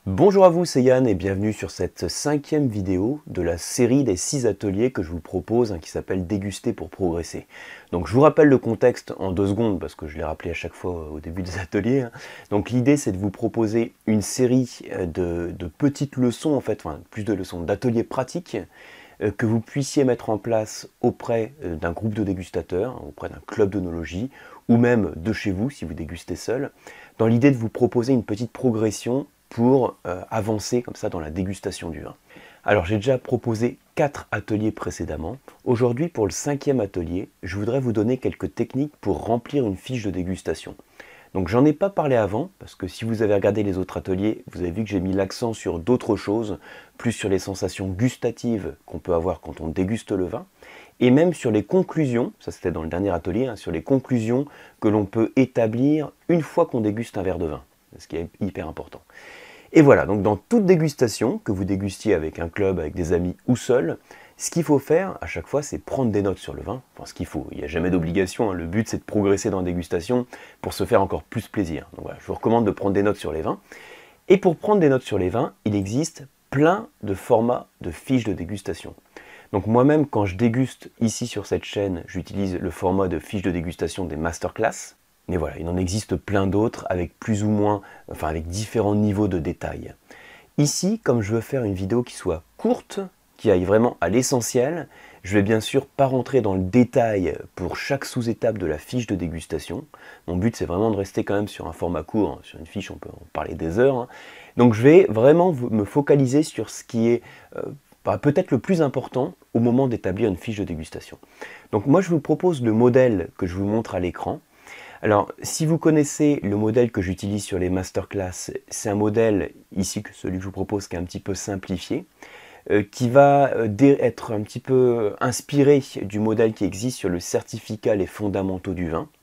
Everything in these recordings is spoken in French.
Bonjour à vous, c'est Yann et bienvenue sur cette 5e vidéo de la série des 6 ateliers que je vous propose, qui s'appelle Déguster pour progresser. Donc je vous rappelle le contexte en 2 secondes parce que je l'ai rappelé à chaque fois au début des ateliers. Donc l'idée c'est de vous proposer une série de petites leçons, en fait, enfin plus de leçons, d'ateliers pratiques que vous puissiez mettre en place auprès d'un groupe de dégustateurs, auprès d'un club d'œnologie ou même de chez vous si vous dégustez seul, dans l'idée de vous proposer une petite progression pour avancer comme ça dans la dégustation du vin. Alors j'ai déjà proposé 4 ateliers précédemment. Aujourd'hui, pour le 5e atelier, je voudrais vous donner quelques techniques pour remplir une fiche de dégustation. Donc j'en ai pas parlé avant, parce que si vous avez regardé les autres ateliers, vous avez vu que j'ai mis l'accent sur d'autres choses, plus sur les sensations gustatives qu'on peut avoir quand on déguste le vin, et même sur les conclusions, ça c'était dans le dernier atelier, sur les conclusions que l'on peut établir une fois qu'on déguste un verre de vin, ce qui est hyper important. Et voilà, donc dans toute dégustation, que vous dégustiez avec un club, avec des amis ou seul, ce qu'il faut faire à chaque fois, c'est prendre des notes sur le vin. Enfin, ce qu'il faut, il n'y a jamais d'obligation, le but c'est de progresser dans la dégustation pour se faire encore plus plaisir. Donc voilà, je vous recommande de prendre des notes sur les vins. Et pour prendre des notes sur les vins, il existe plein de formats de fiches de dégustation. Donc moi-même, quand je déguste ici sur cette chaîne, j'utilise le format de fiche de dégustation des masterclass. Mais voilà, il en existe plein d'autres avec plus ou moins, enfin avec différents niveaux de détail. Ici, comme je veux faire une vidéo qui soit courte, qui aille vraiment à l'essentiel, je vais bien sûr pas rentrer dans le détail pour chaque sous-étape de la fiche de dégustation. Mon but c'est vraiment de rester quand même sur un format court, sur une fiche on peut en parler des heures. Donc je vais vraiment me focaliser sur ce qui est peut-être le plus important au moment d'établir une fiche de dégustation. Donc moi je vous propose le modèle que je vous montre à l'écran. Alors, si vous connaissez le modèle que j'utilise sur les masterclass, c'est un modèle, ici, celui que je vous propose, qui est un petit peu simplifié, qui va être un petit peu inspiré du modèle qui existe sur le certificat Les fondamentaux du vin,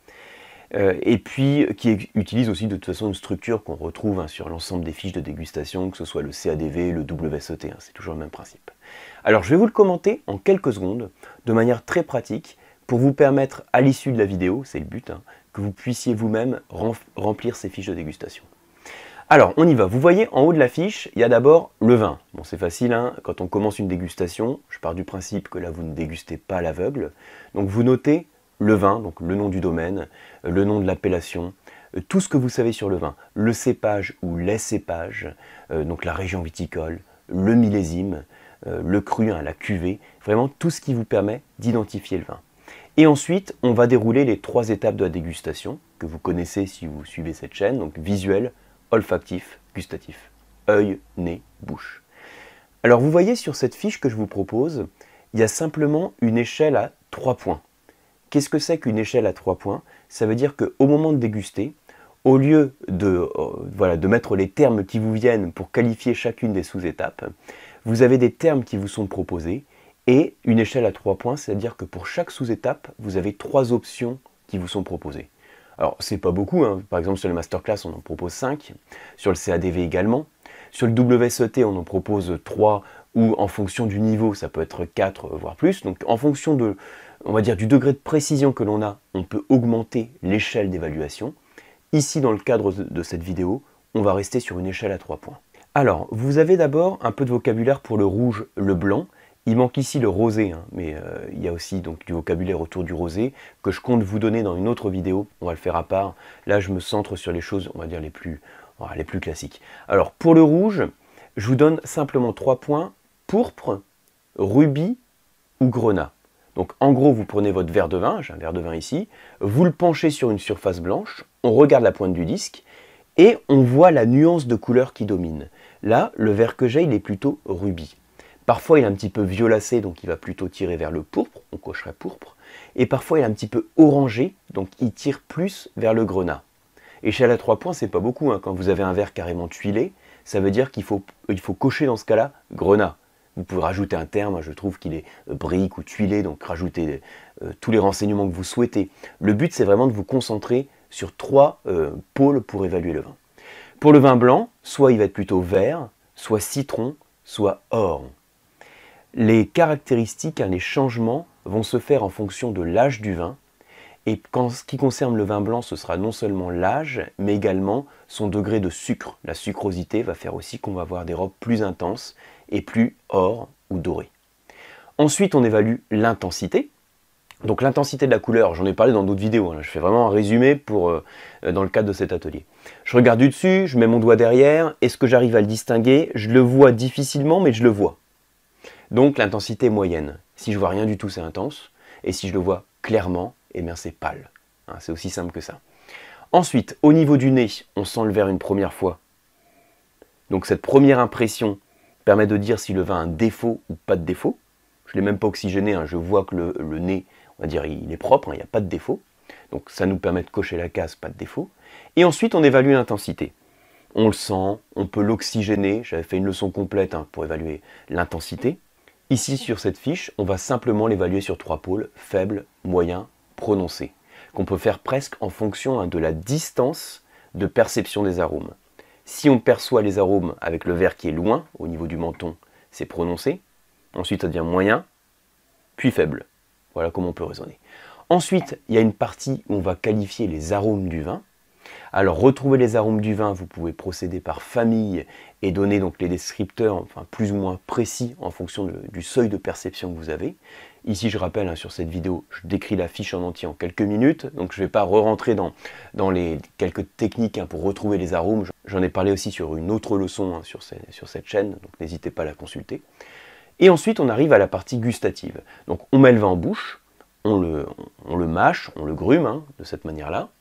et puis qui utilise aussi de toute façon une structure qu'on retrouve sur l'ensemble des fiches de dégustation, que ce soit le CADV, le WSET, c'est toujours le même principe. Alors, je vais vous le commenter en quelques secondes, de manière très pratique, pour vous permettre, à l'issue de la vidéo, c'est le but, que vous puissiez vous-même remplir ces fiches de dégustation. Alors, on y va. Vous voyez, en haut de la fiche, il y a d'abord le vin. Bon, c'est facile, quand on commence une dégustation, je pars du principe que là, vous ne dégustez pas à l'aveugle. Donc, vous notez le vin, donc le nom du domaine, le nom de l'appellation, tout ce que vous savez sur le vin, le cépage ou les cépages, donc la région viticole, le millésime, le cru, la cuvée, vraiment tout ce qui vous permet d'identifier le vin. Et ensuite, on va dérouler les 3 étapes de la dégustation, que vous connaissez si vous suivez cette chaîne, donc visuel, olfactif, gustatif. Œil, nez, bouche. Alors vous voyez sur cette fiche que je vous propose, il y a simplement une échelle à 3 points. Qu'est-ce que c'est qu'une échelle à 3 points? Ça veut dire qu'au moment de déguster, au lieu de mettre les termes qui vous viennent pour qualifier chacune des sous-étapes, vous avez des termes qui vous sont proposés, et une échelle à 3 points, c'est-à-dire que pour chaque sous-étape, vous avez 3 options qui vous sont proposées. Alors, c'est pas beaucoup, par exemple sur le masterclass, on en propose 5, sur le CADV également, sur le WSET, on en propose 3, ou en fonction du niveau, ça peut être 4, voire plus. Donc, en fonction de, on va dire, du degré de précision que l'on a, on peut augmenter l'échelle d'évaluation. Ici, dans le cadre de cette vidéo, on va rester sur une échelle à 3 points. Alors, vous avez d'abord un peu de vocabulaire pour le rouge, le blanc. Il manque ici le rosé, mais il y a aussi donc du vocabulaire autour du rosé que je compte vous donner dans une autre vidéo. On va le faire à part. Là, je me centre sur les choses, on va dire, les plus classiques. Alors, pour le rouge, je vous donne simplement 3 points. Pourpre, rubis ou grenat. Donc, en gros, vous prenez votre verre de vin, j'ai un verre de vin ici, vous le penchez sur une surface blanche, on regarde la pointe du disque, et on voit la nuance de couleur qui domine. Là, le verre que j'ai, il est plutôt rubis. Parfois, il est un petit peu violacé, donc il va plutôt tirer vers le pourpre, on cocherait pourpre. Et parfois, il est un petit peu orangé, donc il tire plus vers le grenat. Échelle à 3 points, c'est pas beaucoup. Quand vous avez un verre carrément tuilé, ça veut dire qu'il faut cocher dans ce cas-là grenat. Vous pouvez rajouter un terme, je trouve qu'il est brique ou tuilé, donc rajoutez tous les renseignements que vous souhaitez. Le but, c'est vraiment de vous concentrer sur 3 pôles pour évaluer le vin. Pour le vin blanc, soit il va être plutôt vert, soit citron, soit or. Les caractéristiques, les changements vont se faire en fonction de l'âge du vin Et en ce qui concerne le vin blanc, ce sera non seulement l'âge, mais également son degré de sucre. La sucrosité va faire aussi qu'on va avoir des robes plus intenses et plus or ou dorées. Ensuite, on évalue l'intensité. Donc l'intensité de la couleur, j'en ai parlé dans d'autres vidéos, hein. Je fais vraiment un résumé dans le cadre de cet atelier. Je regarde du dessus, je mets mon doigt derrière, est-ce que j'arrive à le distinguer? Je le vois difficilement, mais je le vois. Donc l'intensité moyenne. Si je vois rien du tout, c'est intense, et si je le vois clairement, eh bien c'est pâle. Hein, c'est aussi simple que ça. Ensuite, au niveau du nez, on sent le verre une première fois. Donc cette première impression permet de dire si le vin a un défaut ou pas de défaut. Je ne l'ai même pas oxygéné, hein, je vois que le nez, on va dire, il est propre, hein, il n'y a pas de défaut. Donc ça nous permet de cocher la case, pas de défaut. Et ensuite, on évalue l'intensité. On le sent, on peut l'oxygéner. J'avais fait une leçon complète pour évaluer l'intensité. Ici, sur cette fiche, on va simplement l'évaluer sur 3 pôles, faible, moyen, prononcé, qu'on peut faire presque en fonction de la distance de perception des arômes. Si on perçoit les arômes avec le verre qui est loin, au niveau du menton, c'est prononcé. Ensuite, ça devient moyen, puis faible. Voilà comment on peut raisonner. Ensuite, il y a une partie où on va qualifier les arômes du vin. Alors, retrouver les arômes du vin, vous pouvez procéder par famille et donner donc les descripteurs, enfin plus ou moins précis en fonction du seuil de perception que vous avez. Ici, je rappelle, hein, sur cette vidéo, je décris la fiche en entier en quelques minutes, donc je ne vais pas re-rentrer dans les quelques techniques pour retrouver les arômes. J'en ai parlé aussi sur une autre leçon sur cette chaîne, donc n'hésitez pas à la consulter. Et ensuite, on arrive à la partie gustative. Donc, on met le vin en bouche, on le mâche, on le grume, de cette manière-là.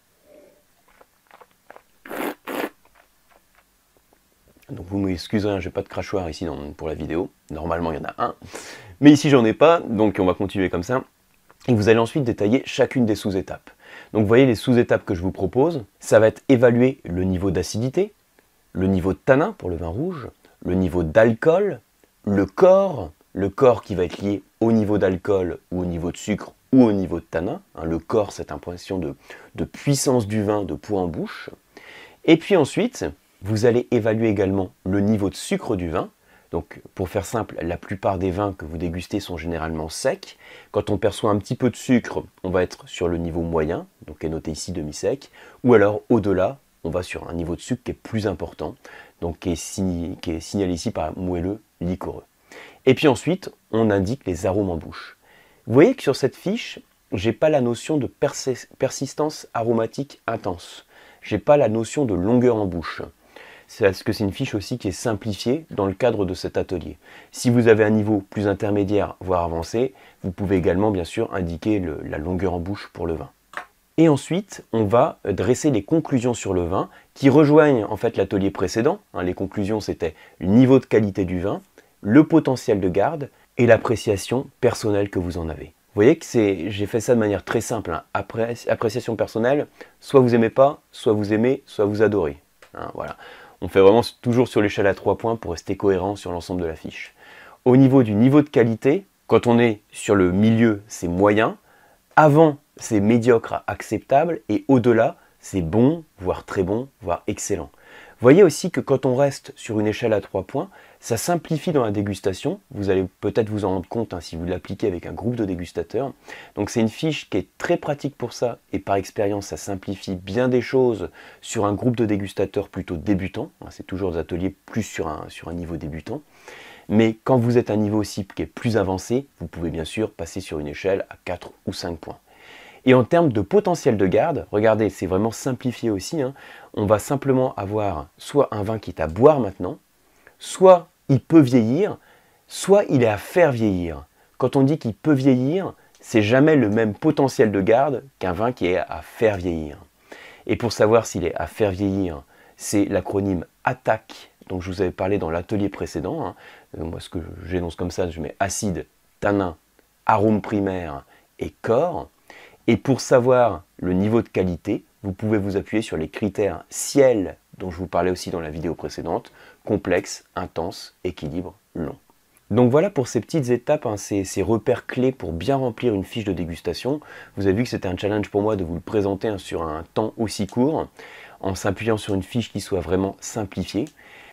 Donc, vous m'excuserez, je n'ai pas de crachoir ici pour la vidéo. Normalement, il y en a un. Mais ici, j'en ai pas, donc on va continuer comme ça. Et vous allez ensuite détailler chacune des sous-étapes. Donc, vous voyez les sous-étapes que je vous propose. Ça va être évaluer le niveau d'acidité, le niveau de tanin pour le vin rouge, le niveau d'alcool, le corps qui va être lié au niveau d'alcool ou au niveau de sucre ou au niveau de tanin. Le corps, cette impression de puissance du vin, de poids en bouche. Et puis ensuite, vous allez évaluer également le niveau de sucre du vin. Donc, pour faire simple, la plupart des vins que vous dégustez sont généralement secs. Quand on perçoit un petit peu de sucre, on va être sur le niveau moyen, donc qui est noté ici demi-sec. Ou alors, au-delà, on va sur un niveau de sucre qui est plus important, donc qui est signalé ici par moelleux, liquoreux. Et puis ensuite, on indique les arômes en bouche. Vous voyez que sur cette fiche, je n'ai pas la notion de persistance aromatique intense. Je n'ai pas la notion de longueur en bouche. C'est parce que c'est une fiche aussi qui est simplifiée dans le cadre de cet atelier. Si vous avez un niveau plus intermédiaire, voire avancé, vous pouvez également bien sûr indiquer la longueur en bouche pour le vin. Et ensuite, on va dresser les conclusions sur le vin qui rejoignent en fait l'atelier précédent. Les conclusions, c'était le niveau de qualité du vin, le potentiel de garde et l'appréciation personnelle que vous en avez. Vous voyez que j'ai fait ça de manière très simple. Appréciation personnelle, soit vous aimez pas, soit vous aimez, soit vous adorez. Voilà. On fait vraiment toujours sur l'échelle à 3 points pour rester cohérent sur l'ensemble de la fiche. Au niveau du niveau de qualité, quand on est sur le milieu, c'est moyen. Avant, c'est médiocre à acceptable. Et au-delà, c'est bon, voire très bon, voire excellent. Vous voyez aussi que quand on reste sur une échelle à 3 points, ça simplifie dans la dégustation. Vous allez peut-être vous en rendre compte si vous l'appliquez avec un groupe de dégustateurs. Donc c'est une fiche qui est très pratique pour ça et par expérience, ça simplifie bien des choses sur un groupe de dégustateurs plutôt débutant. C'est toujours des ateliers plus sur un niveau débutant. Mais quand vous êtes à un niveau aussi qui est plus avancé, vous pouvez bien sûr passer sur une échelle à 4 ou 5 points. Et en termes de potentiel de garde, regardez, c'est vraiment simplifié aussi. On va simplement avoir soit un vin qui est à boire maintenant, soit il peut vieillir, soit il est à faire vieillir. Quand on dit qu'il peut vieillir, c'est jamais le même potentiel de garde qu'un vin qui est à faire vieillir. Et pour savoir s'il est à faire vieillir, c'est l'acronyme ATTAC, dont je vous avais parlé dans l'atelier précédent. Moi, ce que j'énonce comme ça, je mets acide, tanin, arôme primaire et corps. Et pour savoir le niveau de qualité, vous pouvez vous appuyer sur les critères ciel, dont je vous parlais aussi dans la vidéo précédente, complexe, intense, équilibre, long. Donc voilà pour ces petites étapes, ces repères clés pour bien remplir une fiche de dégustation. Vous avez vu que c'était un challenge pour moi de vous le présenter sur un temps aussi court, en s'appuyant sur une fiche qui soit vraiment simplifiée.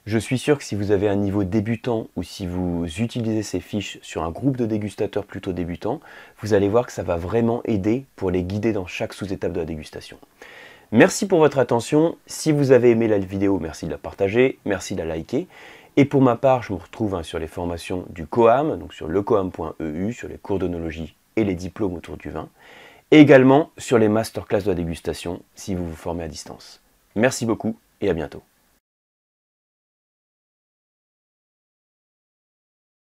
Je suis sûr que si vous avez un niveau débutant ou si vous utilisez ces fiches sur un groupe de dégustateurs plutôt débutants, vous allez voir que ça va vraiment aider pour les guider dans chaque sous-étape de la dégustation. Merci pour votre attention. Si vous avez aimé la vidéo, merci de la partager, merci de la liker. Et pour ma part, je me retrouve sur les formations du COAM, donc sur lecoam.eu, sur les cours d'œnologie et les diplômes autour du vin, et également sur les masterclass de la dégustation si vous vous formez à distance. Merci beaucoup et à bientôt.